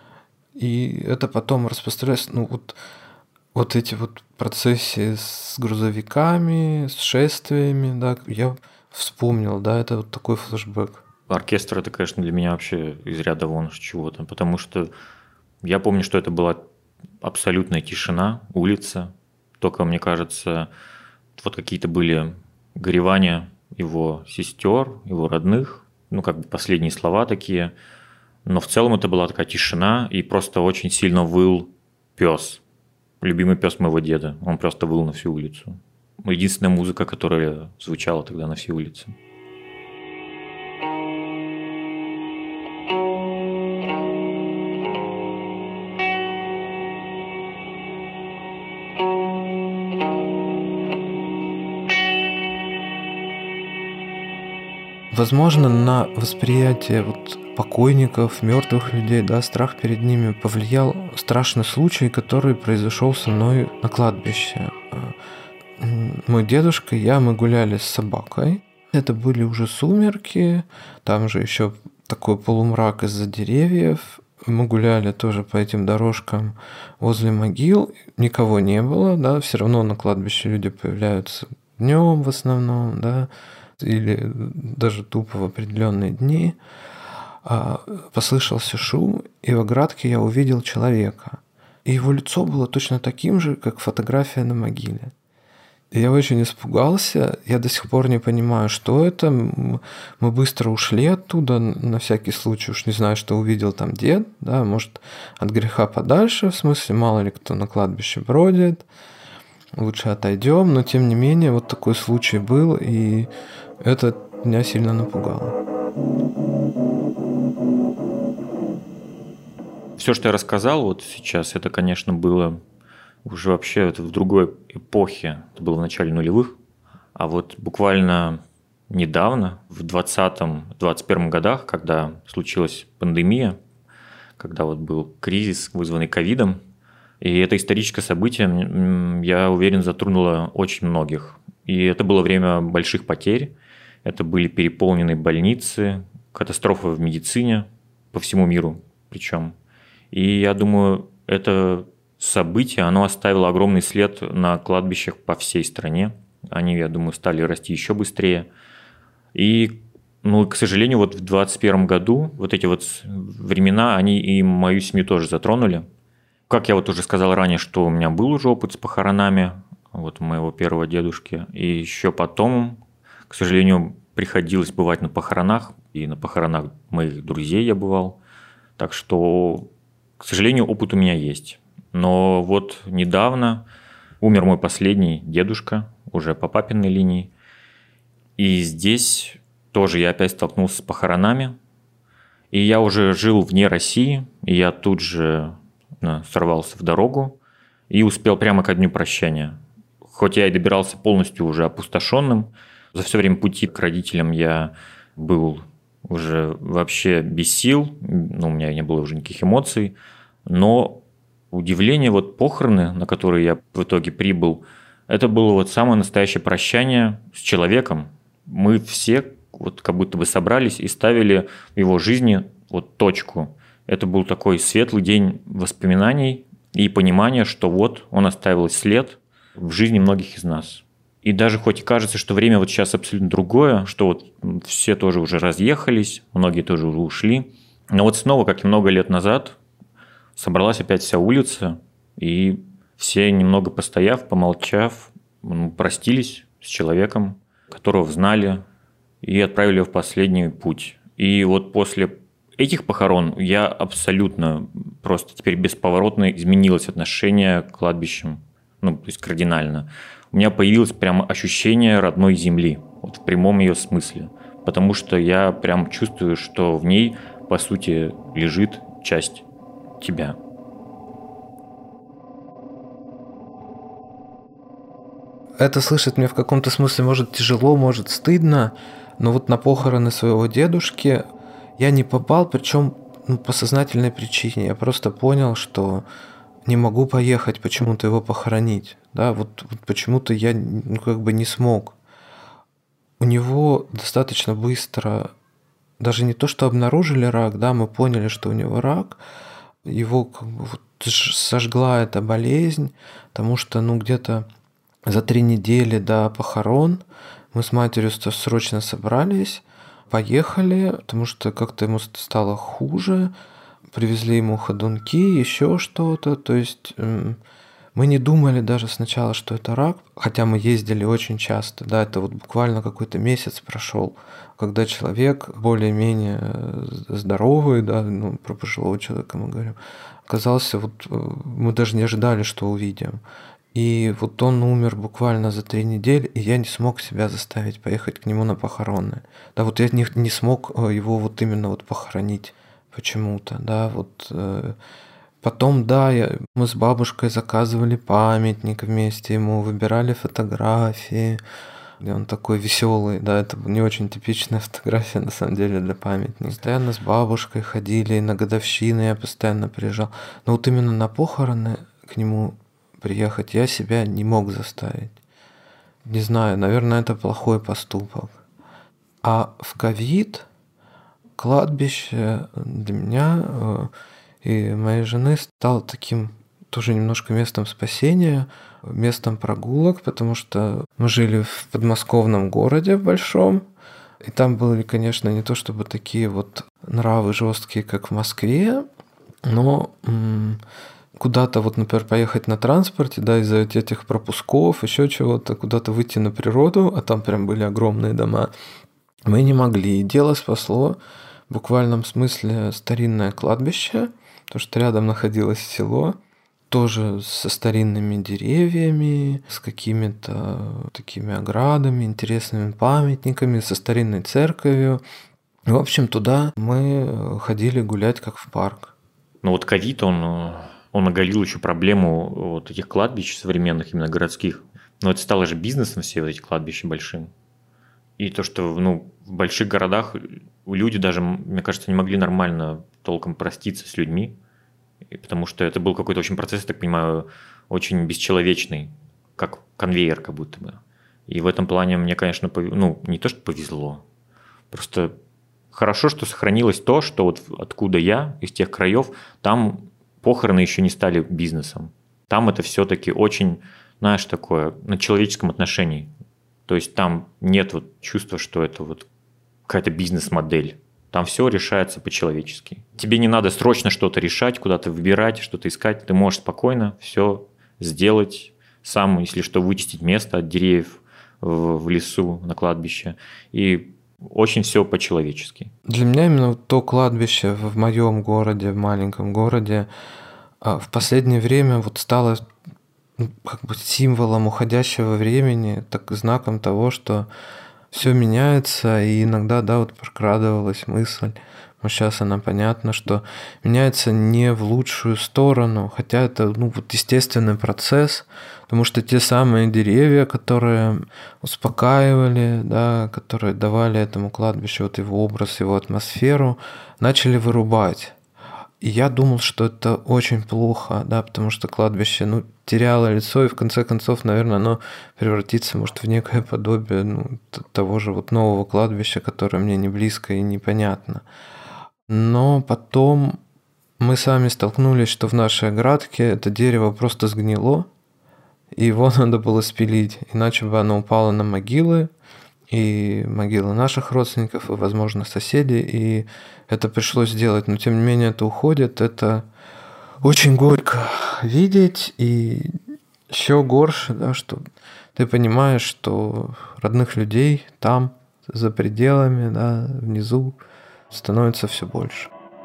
и это потом распространялось, ну вот эти вот процессии с грузовиками, с шествиями, да, я вспомнил, да, это вот такой флешбэк. Оркестр – это, конечно, для меня вообще из ряда вон чего-то, потому что я помню, что это была абсолютная тишина, улица, только, мне кажется, вот какие-то были горевания его сестер, его родных, ну, как бы последние слова такие, но в целом это была такая тишина, и просто очень сильно выл пес. Любимый пес моего деда. Он просто выл на всю улицу. Единственная музыка, которая звучала тогда на всей улице. Возможно, на восприятие вот покойников, мертвых людей, да, страх перед ними повлиял страшный случай, который произошел со мной на кладбище. Мой дедушка и я, мы гуляли с собакой. Это были уже сумерки, там же еще такой полумрак из-за деревьев. Мы гуляли тоже по этим дорожкам возле могил, никого не было, да, все равно на кладбище люди появляются днем в основном, да, или даже тупо в определенные дни. Послышался шум, и в оградке я увидел человека. И его лицо было точно таким же, как фотография на могиле. Я очень испугался. Я до сих пор не понимаю, что это. Мы быстро ушли оттуда, на всякий случай. Уж не знаю, что увидел там дед. Да, может, от греха подальше, в смысле, мало ли кто на кладбище бродит. Лучше отойдем. Но, тем не менее, вот такой случай был, и это меня сильно напугало. Все, что я рассказал вот сейчас, это, конечно, было уже вообще это в другой эпохе. Это было в начале нулевых. А вот буквально недавно, в 2020-2021 годах, когда случилась пандемия, когда вот был кризис, вызванный ковидом, и это историческое событие, я уверен, затронуло очень многих. И это было время больших потерь. Это были переполненные больницы, катастрофы в медицине по всему миру причем. И я думаю, это событие, оно оставило огромный след на кладбищах по всей стране. Они, я думаю, стали расти еще быстрее. И, к сожалению, вот в 2021 году вот эти вот времена, они и мою семью тоже затронули. Как я вот уже сказал ранее, что у меня был уже опыт с похоронами вот моего первого дедушки. И еще потом, к сожалению, приходилось бывать на похоронах. И на похоронах моих друзей я бывал. Так что, к сожалению, опыт у меня есть. Но вот недавно умер мой последний дедушка, уже по папиной линии. И здесь тоже я опять столкнулся с похоронами. И я уже жил вне России, и я тут же сорвался в дорогу и успел прямо ко дню прощания. Хоть я и добирался полностью уже опустошенным, за все время пути к родителям я был уже вообще без сил, у меня не было уже никаких эмоций, но удивление, вот похороны, на которые я в итоге прибыл, это было вот самое настоящее прощание с человеком. Мы все вот как будто бы собрались и ставили в его жизни вот точку. Это был такой светлый день воспоминаний и понимания, что вот он оставил след в жизни многих из нас. И даже хоть и кажется, что время вот сейчас абсолютно другое, что вот все тоже уже разъехались, многие тоже уже ушли, но вот снова, как и много лет назад, собралась опять вся улица, и все, немного постояв, помолчав, простились с человеком, которого знали, и отправили его в последний путь. И вот после этих похорон я абсолютно просто теперь бесповоротно изменилось отношение к кладбищам, то есть кардинально. У меня появилось прямо ощущение родной земли, вот в прямом ее смысле, потому что я прям чувствую, что в ней, по сути, лежит часть тебя. Это слышать мне в каком-то смысле может тяжело, может стыдно, но вот на похороны своего дедушки я не попал, причем по сознательной причине. Я просто понял, что не могу поехать почему-то его похоронить. Да, вот почему-то я не смог. У него достаточно быстро, даже не то, что обнаружили рак, да, мы поняли, что у него рак, его сожгла эта болезнь, потому что где-то за 3 недели до похорон мы с матерью срочно собрались, поехали, потому что как-то ему стало хуже, привезли ему ходунки, еще что-то, то есть мы не думали даже сначала, что это рак, хотя мы ездили очень часто, да, это вот буквально какой-то месяц прошел, когда человек более-менее здоровый, да, про пожилого человека мы говорим, оказался, мы даже не ожидали, что увидим. И вот он умер буквально за 3 недели, и я не смог себя заставить поехать к нему на похороны. Да, вот я не смог его именно похоронить почему-то, да, Потом, да, мы с бабушкой заказывали памятник вместе ему, выбирали фотографии. И он такой веселый, да, это не очень типичная фотография на самом деле для памятника. Постоянно с бабушкой ходили, и на годовщины я постоянно приезжал. Но вот именно на похороны к нему приехать я себя не мог заставить. Не знаю, наверное, это плохой поступок. А в ковид кладбище для меня и моей жены стало таким тоже немножко местом спасения, местом прогулок, потому что мы жили в подмосковном городе большом, и там были, конечно, не то чтобы такие нравы жесткие, как в Москве, но куда-то, вот, например, поехать на транспорте, да, из-за этих пропусков, еще чего-то, куда-то выйти на природу, а там прям были огромные дома, мы не могли. И дело спасло в буквальном смысле старинное кладбище, потому что рядом находилось село, тоже со старинными деревьями, с какими-то такими оградами, интересными памятниками, со старинной церковью. В общем, туда мы ходили гулять как в парк. Но вот ковид, он оголил еще проблему вот этих кладбищ современных, именно городских. Но это стало же бизнесом, все вот эти кладбища большим. И то, что в больших городах люди даже, мне кажется, не могли нормально толком проститься с людьми, потому что это был какой-то очень процесс, я так понимаю, очень бесчеловечный, как конвейер как будто бы. И в этом плане мне, конечно, не то, что повезло, просто хорошо, что сохранилось то, что вот откуда я, из тех краев, там похороны еще не стали бизнесом. Там это все-таки очень, знаешь, такое на человеческом отношении. То есть там нет вот чувства, что это вот какая-то бизнес-модель. Там все решается по-человечески. Тебе не надо срочно что-то решать, куда-то выбирать, что-то искать. Ты можешь спокойно все сделать сам, если что, вычистить место от деревьев в лесу, на кладбище. И очень все по-человечески. Для меня именно то кладбище в моем городе, в маленьком городе, в последнее время вот стало как бы символом уходящего времени, так знаком того, что все меняется, и иногда, да, вот прокрадывалась мысль, но сейчас она понятна, что меняется не в лучшую сторону, хотя это, вот естественный процесс, потому что те самые деревья, которые успокаивали, да, которые давали этому кладбищу вот его образ, его атмосферу, начали вырубать. И я думал, что это очень плохо, да, потому что кладбище, теряло лицо, и в конце концов, наверное, оно превратится, может, в некое подобие, того же вот нового кладбища, которое мне не близко и непонятно. Но потом мы сами столкнулись, что в нашей оградке это дерево просто сгнило, и его надо было спилить, иначе бы оно упало на могилы, и могилы наших родственников, и, возможно, соседей, и это пришлось сделать. Но, тем не менее, это уходит, это очень горько видеть, и еще горше, да, что ты понимаешь, что родных людей там, за пределами, да, внизу, становится все больше.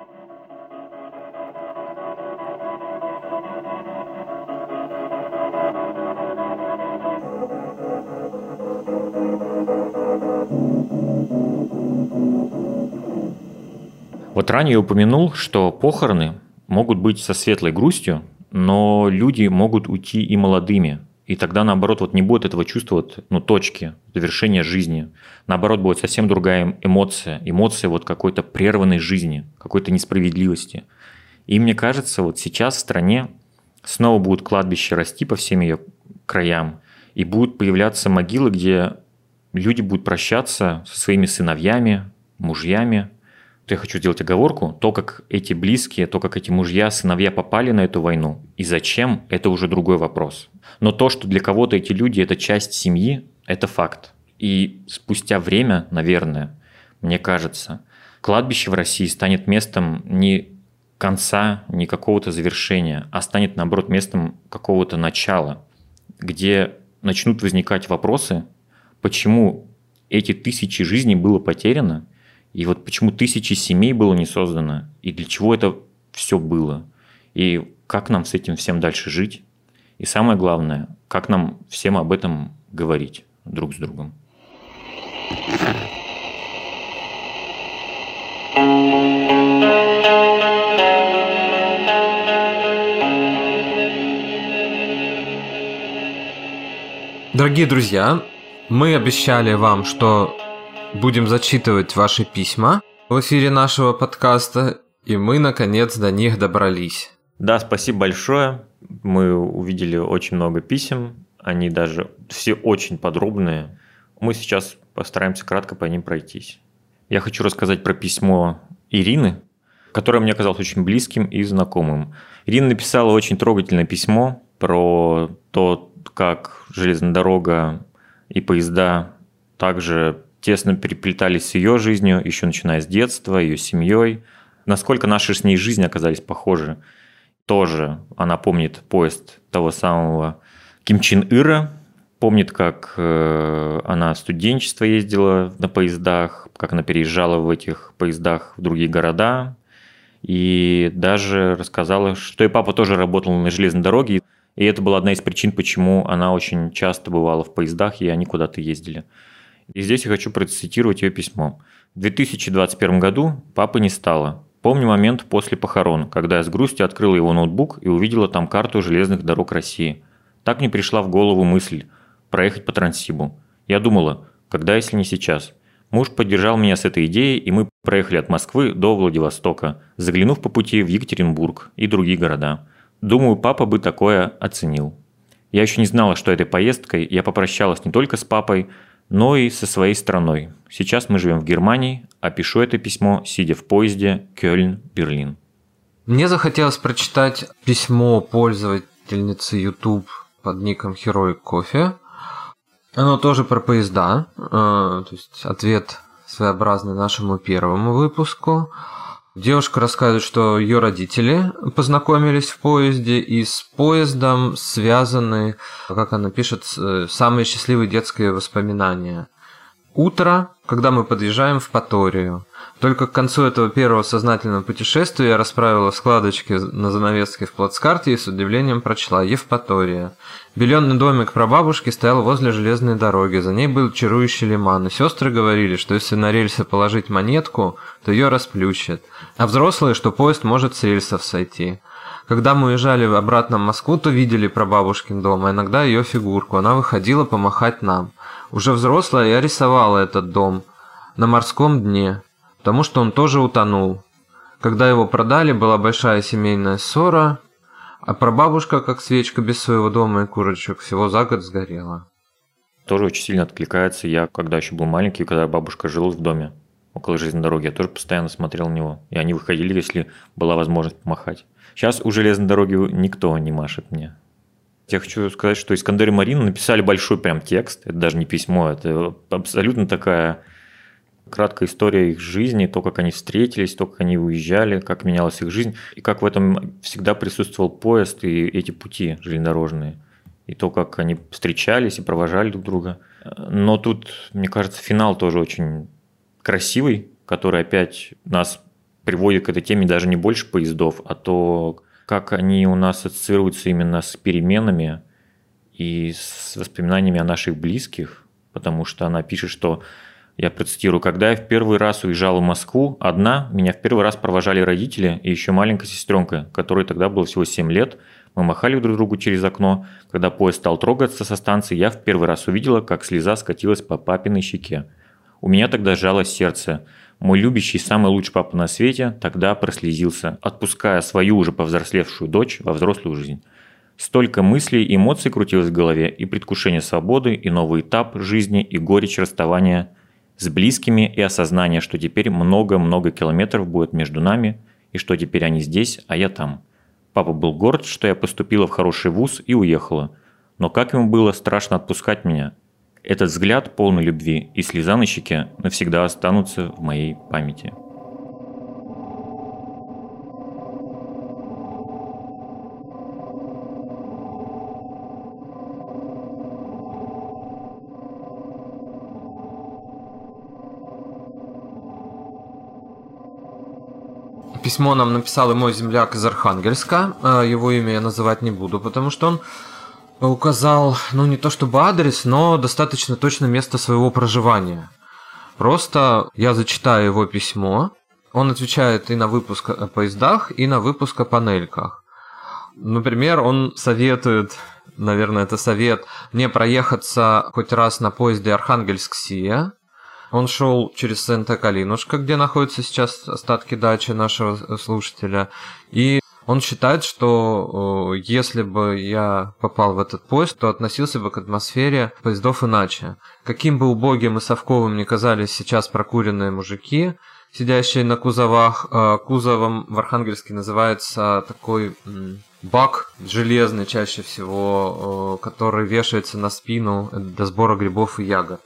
Вот ранее я упомянул, что похороны могут быть со светлой грустью, но люди могут уйти и молодыми. И тогда, наоборот, вот не будет этого чувства точки, завершения жизни. Наоборот, будет совсем другая эмоция. Эмоция вот какой-то прерванной жизни, какой-то несправедливости. И мне кажется, вот сейчас в стране снова будут кладбища расти по всем ее краям, и будут появляться могилы, где люди будут прощаться со своими сыновьями, мужьями. Я хочу сделать оговорку, то, как эти близкие, то, как эти мужья, сыновья попали на эту войну, и зачем, это уже другой вопрос. Но то, что для кого-то эти люди – это часть семьи, это факт. И спустя время, наверное, мне кажется, кладбище в России станет местом не конца, не какого-то завершения, а станет, наоборот, местом какого-то начала, где начнут возникать вопросы, почему эти тысячи жизней было потеряно, и вот почему тысячи семей было не создано, и для чего это все было, и как нам с этим всем дальше жить, и самое главное, как нам всем об этом говорить друг с другом. Дорогие друзья, мы обещали вам, что будем зачитывать ваши письма в эфире нашего подкаста, и мы, наконец, до них добрались. Да, спасибо большое. Мы увидели очень много писем, они даже все очень подробные. Мы сейчас постараемся кратко по ним пройтись. Я хочу рассказать про письмо Ирины, которое мне оказалось очень близким и знакомым. Ирина написала очень трогательное письмо про то, как железная дорога и поезда также тесно переплетались с ее жизнью, еще начиная с детства, ее семьей, насколько наши с ней жизни оказались похожи. тоже она помнит поезд того самого Ким Чен Ира, помнит, как она в студенчество ездила на поездах, как она переезжала в этих поездах в другие города. И даже рассказала, что и папа тоже работал на железной дороге. И это была одна из причин, почему она очень часто бывала в поездах, и они куда-то ездили. И здесь я хочу процитировать ее письмо. В 2021 году папы не стало. Помню момент после похорон, когда я с грустью открыла его ноутбук и увидела там карту железных дорог России. Так мне пришла в голову мысль проехать по Транссибу. Я думала, когда, если не сейчас? Муж поддержал меня с этой идеей, и мы проехали от Москвы до Владивостока, заглянув по пути в Екатеринбург и другие города. Думаю, папа бы такое оценил. Я еще не знала, что этой поездкой я попрощалась не только с папой, но и со своей страной. Сейчас мы живем в Германии, а пишу это письмо, сидя в поезде Кёльн-Берлин. Мне захотелось прочитать письмо пользовательницы YouTube под ником Heroic Coffee. Оно тоже про поезда, то есть ответ своеобразный нашему первому выпуску. Девушка рассказывает, что ее родители познакомились в поезде, и с поездом связаны, как она пишет, самые счастливые детские воспоминания. Утро, когда мы подъезжаем в Паторию. Только к концу этого первого сознательного путешествия я расправила складочки на занавеске в плацкарте и с удивлением прочла «Евпатория». Белёный домик прабабушки стоял возле железной дороги, за ней был чарующий лиман, и сестры говорили, что если на рельсы положить монетку, то ее расплющит, а взрослые, что поезд может с рельсов сойти. Когда мы уезжали обратно в Москву, то видели прабабушкин дом, а иногда ее фигурку, она выходила помахать нам. Уже взрослая я рисовала этот дом на морском дне, потому что он тоже утонул. Когда его продали, была большая семейная ссора, а прабабушка, как свечка без своего дома и курочек, всего за год сгорела. Тоже очень сильно откликается. Я, когда еще был маленький, когда бабушка жила в доме около железной дороги, я тоже постоянно смотрел на него. И они выходили, если была возможность помахать. Сейчас у железной дороги никто не машет мне. Я хочу сказать, что Искандер и Марина написали большой прям текст. Это даже не письмо, это абсолютно такая краткая история их жизни, то, как они встретились, то, как они уезжали, как менялась их жизнь, и как в этом всегда присутствовал поезд и эти пути железнодорожные, и то, как они встречались и провожали друг друга. Но тут, мне кажется, финал тоже очень красивый, который опять нас приводит к этой теме даже не больше поездов, а то, как они у нас ассоциируются именно с переменами и с воспоминаниями о наших близких, потому что она пишет, что, я процитирую, «Когда я в первый раз уезжала в Москву одна, меня в первый раз провожали родители и еще маленькая сестренка, которой тогда было всего 7 лет. Мы махали друг другу через окно. Когда поезд стал трогаться со станции, я в первый раз увидела, как слеза скатилась по папиной щеке. У меня тогда сжалось сердце. Мой любящий, самый лучший папа на свете тогда прослезился, отпуская свою уже повзрослевшую дочь во взрослую жизнь. Столько мыслей и эмоций крутилось в голове, и предвкушение свободы, и новый этап жизни, и горечь расставания с близкими, и осознание, что теперь много-много километров будет между нами, и что теперь они здесь, а я там. Папа был горд, что я поступила в хороший вуз и уехала. Но как ему было страшно отпускать меня. Этот взгляд полный любви и слеза на щеке навсегда останутся в моей памяти». Письмо нам написал и мой земляк из Архангельска. Его имя я называть не буду, потому что он указал, не то чтобы адрес, но достаточно точно место своего проживания. Просто я зачитаю его письмо. Он отвечает и на выпуск о поездах, и на выпуск о панельках. Например, он советует, наверное, это совет, мне проехаться хоть раз на поезде Архангельск-Сия. Он шел через Санта-Калинушка, где находятся сейчас остатки дачи нашего слушателя. И он считает, что если бы я попал в этот поезд, то относился бы к атмосфере поездов иначе. Каким бы убогим и совковым ни казались сейчас прокуренные мужики, сидящие на кузовах, кузовом в Архангельске называется такой бак железный чаще всего, который вешается на спину для сбора грибов и ягод.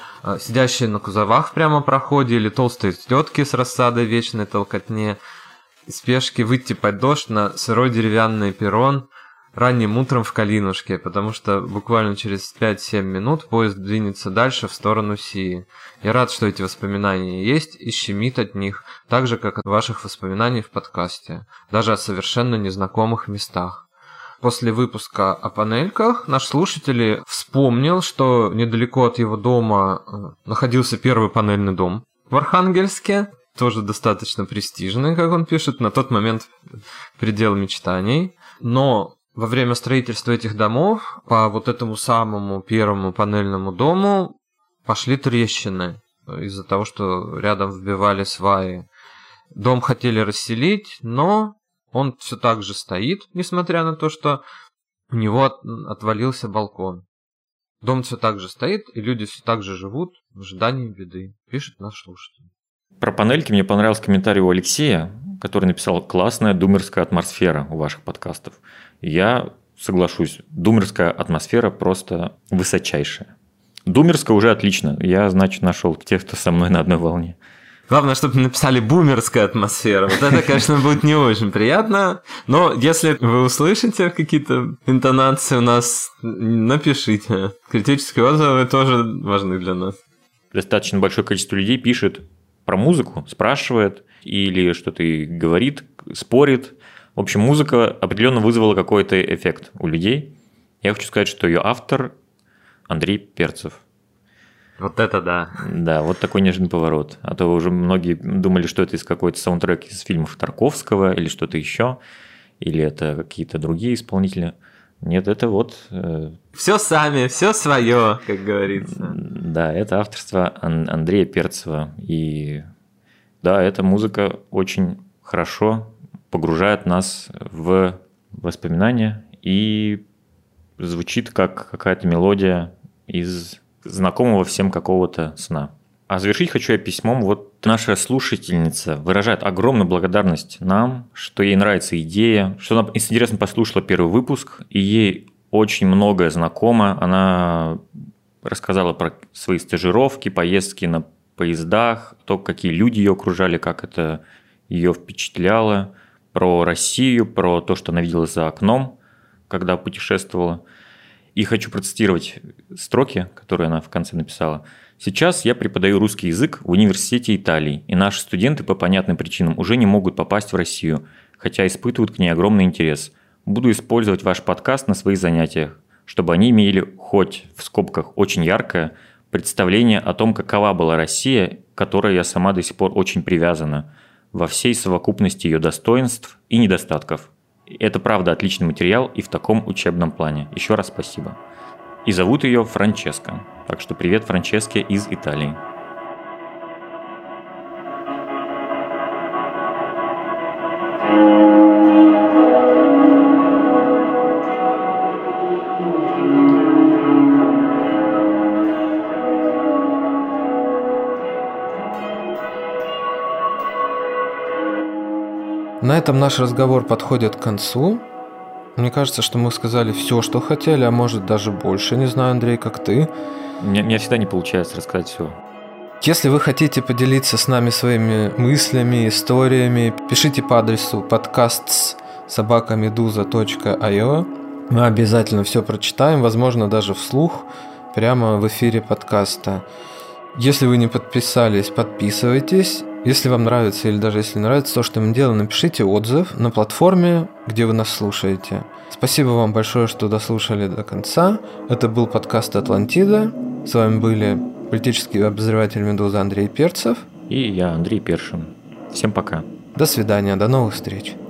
Сидящие на кузовах в прямом проходе или толстые тетки с рассадой в вечной толкотне. из спешки выйти под дождь на сырой деревянный перрон ранним утром в Калинушке, потому что буквально через 5-7 минут поезд двинется дальше в сторону Сии. Я рад, что эти воспоминания есть и щемит от них, так же, как от ваших воспоминаний в подкасте, даже о совершенно незнакомых местах. После выпуска о панельках наш слушатель вспомнил, что недалеко от его дома находился первый панельный дом в Архангельске, тоже достаточно престижный, как он пишет, на тот момент предел мечтаний, но во время строительства этих домов по вот этому самому первому панельному дому пошли трещины из-за того, что рядом вбивали сваи. Дом хотели расселить, но он все так же стоит, несмотря на то, что у него отвалился балкон. Дом все так же стоит, и люди все так же живут в ожидании беды, пишет наш слушатель. Про панельки мне понравился комментарий у Алексея, который написал: «Классная думерская атмосфера у ваших подкастов». Я соглашусь, думерская атмосфера просто высочайшая. Думерская уже отлично. Я, значит, нашел тех, кто со мной на одной волне. Главное, чтобы написали бумерская атмосфера. Вот это, конечно, будет не очень приятно. Но если вы услышите какие-то интонации у нас, напишите. Критические отзывы тоже важны для нас. Достаточно большое количество людей пишет про музыку, спрашивает или что-то говорит, спорит. В общем, музыка определенно вызвала какой-то эффект у людей. Я хочу сказать, что ее автор Андрей Перцев. Вот это да. Да, вот такой неожиданный поворот. А то уже многие думали, что это из какой-то саундтрек из фильмов Тарковского или что-то еще, или это какие-то другие исполнители. Нет, это вот... Все сами, все свое, как говорится. Да, это авторство Андрея Перцева. И да, эта музыка очень хорошо погружает нас в воспоминания и звучит как какая-то мелодия из знакомого всем какого-то сна. А завершить хочу я письмом. Вот наша слушательница выражает огромную благодарность нам, что ей нравится идея, что она интересно послушала первый выпуск, и ей очень многое знакомо. Она рассказала про свои стажировки, поездки на поездах, то, какие люди ее окружали, как это ее впечатляло, про Россию, про то, что она видела за окном, когда путешествовала. И хочу процитировать строки, которые она в конце написала. «Сейчас я преподаю русский язык в университете Италии, и наши студенты по понятным причинам уже не могут попасть в Россию, хотя испытывают к ней огромный интерес. Буду использовать ваш подкаст на своих занятиях, чтобы они имели хоть в скобках очень яркое представление о том, какова была Россия, к которой я сама до сих пор очень привязана, во всей совокупности ее достоинств и недостатков. Это правда отличный материал и в таком учебном плане. Еще раз спасибо». И зовут ее Франческа. Так что привет Франческе из Италии. На этом наш разговор подходит к концу. Мне кажется, что мы сказали все, что хотели, а может даже больше. Не знаю, Андрей, как ты. У меня всегда не получается рассказать все. Если вы хотите поделиться с нами своими мыслями, историями, пишите по адресу podcasts@meduza.io. Мы обязательно все прочитаем, возможно, даже вслух, прямо в эфире подкаста. Если вы не подписались, подписывайтесь. Если вам нравится или даже если нравится то, что мы делаем, напишите отзыв на платформе, где вы нас слушаете. Спасибо вам большое, что дослушали до конца. Это был подкаст «Атлантида». С вами были политический обозреватель «Медузы» Андрей Перцев. И я, Андрей Першин. Всем пока. До свидания, до новых встреч.